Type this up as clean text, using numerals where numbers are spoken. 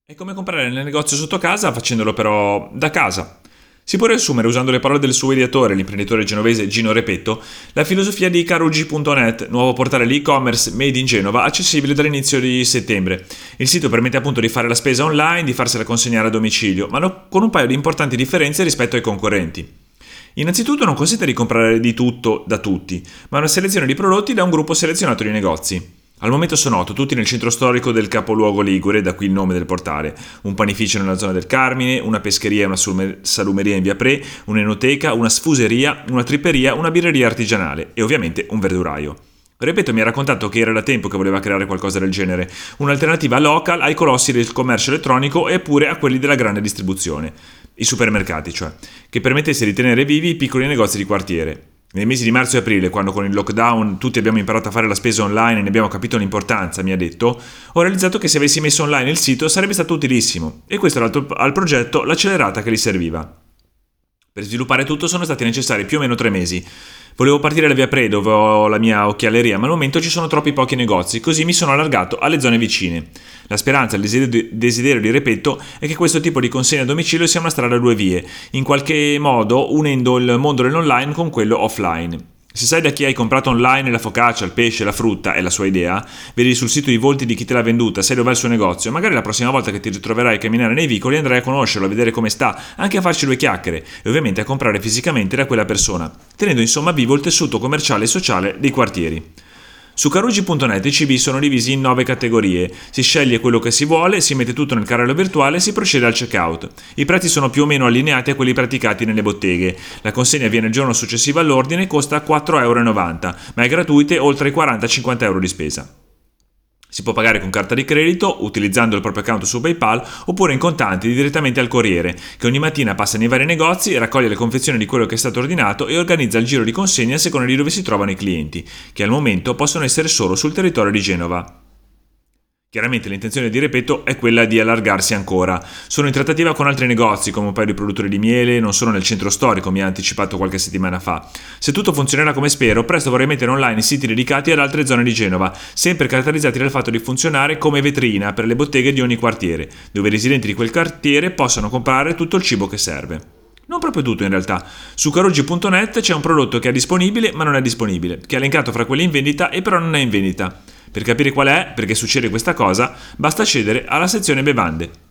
È come comprare nel negozio sotto casa facendolo però da casa. Si può riassumere usando le parole del suo ideatore, l'imprenditore genovese Gino Repetto, la filosofia di carugi.net, nuovo portale e-commerce made in Genova, accessibile dall'inizio di settembre. Il sito permette appunto di fare la spesa online, di farsela consegnare a domicilio, ma con un paio di importanti differenze rispetto ai concorrenti. Innanzitutto non consente di comprare di tutto da tutti, ma una selezione di prodotti da un gruppo selezionato di negozi. Al momento sono 8, tutti nel centro storico del capoluogo ligure, da qui il nome del portale. Un panificio nella zona del Carmine, una pescheria e una salumeria in via Pre, un'enoteca, una sfuseria, una tripperia, una birreria artigianale e ovviamente un verduraio. Ripeto, mi ha raccontato che era da tempo che voleva creare qualcosa del genere, un'alternativa local ai colossi del commercio elettronico e pure a quelli della grande distribuzione, i supermercati cioè, che permettesse di tenere vivi i piccoli negozi di quartiere. Nei mesi di marzo e aprile, quando con il lockdown tutti abbiamo imparato a fare la spesa online e ne abbiamo capito l'importanza, mi ha detto, ho realizzato che se avessi messo online il sito sarebbe stato utilissimo e questo era al progetto l'accelerata che gli serviva. Per sviluppare tutto sono stati necessari più o meno 3 mesi. Volevo partire da via Pre, dove ho la mia occhialeria, ma al momento ci sono troppi pochi negozi, così mi sono allargato alle zone vicine. La speranza, il desiderio di Repetto è che questo tipo di consegna a domicilio sia una strada a 2 vie, in qualche modo unendo il mondo dell'online con quello offline. Se sai da chi hai comprato online la focaccia, il pesce, la frutta, è la sua idea, vedi sul sito i volti di chi te l'ha venduta, sai dov'è il suo negozio, magari la prossima volta che ti ritroverai a camminare nei vicoli andrai a conoscerlo, a vedere come sta, anche a farci 2 chiacchiere e ovviamente a comprare fisicamente da quella persona, tenendo insomma vivo il tessuto commerciale e sociale dei quartieri. Su carugi.net i cibi sono divisi in 9 categorie, si sceglie quello che si vuole, si mette tutto nel carrello virtuale e si procede al checkout. I prezzi sono più o meno allineati a quelli praticati nelle botteghe. La consegna avviene il giorno successivo all'ordine e costa 4,90 €, ma è gratuita oltre i 40-50 € di spesa. Si può pagare con carta di credito, utilizzando il proprio account su PayPal, oppure in contanti direttamente al corriere, che ogni mattina passa nei vari negozi, raccoglie le confezioni di quello che è stato ordinato e organizza il giro di consegna a seconda di dove si trovano i clienti, che al momento possono essere solo sul territorio di Genova. Chiaramente l'intenzione di Repetto è quella di allargarsi ancora. Sono in trattativa con altri negozi, come un paio di produttori di miele, non solo nel centro storico, mi ha anticipato qualche settimana fa. Se tutto funzionerà come spero, presto vorrei mettere online siti dedicati ad altre zone di Genova, sempre caratterizzati dal fatto di funzionare come vetrina per le botteghe di ogni quartiere, dove i residenti di quel quartiere possano comprare tutto il cibo che serve. Non proprio tutto in realtà. Su carugi.net c'è un prodotto che è disponibile ma non è disponibile, che è elencato fra quelli in vendita e però non è in vendita. Per capire qual è, perché succede questa cosa, basta accedere alla sezione bevande.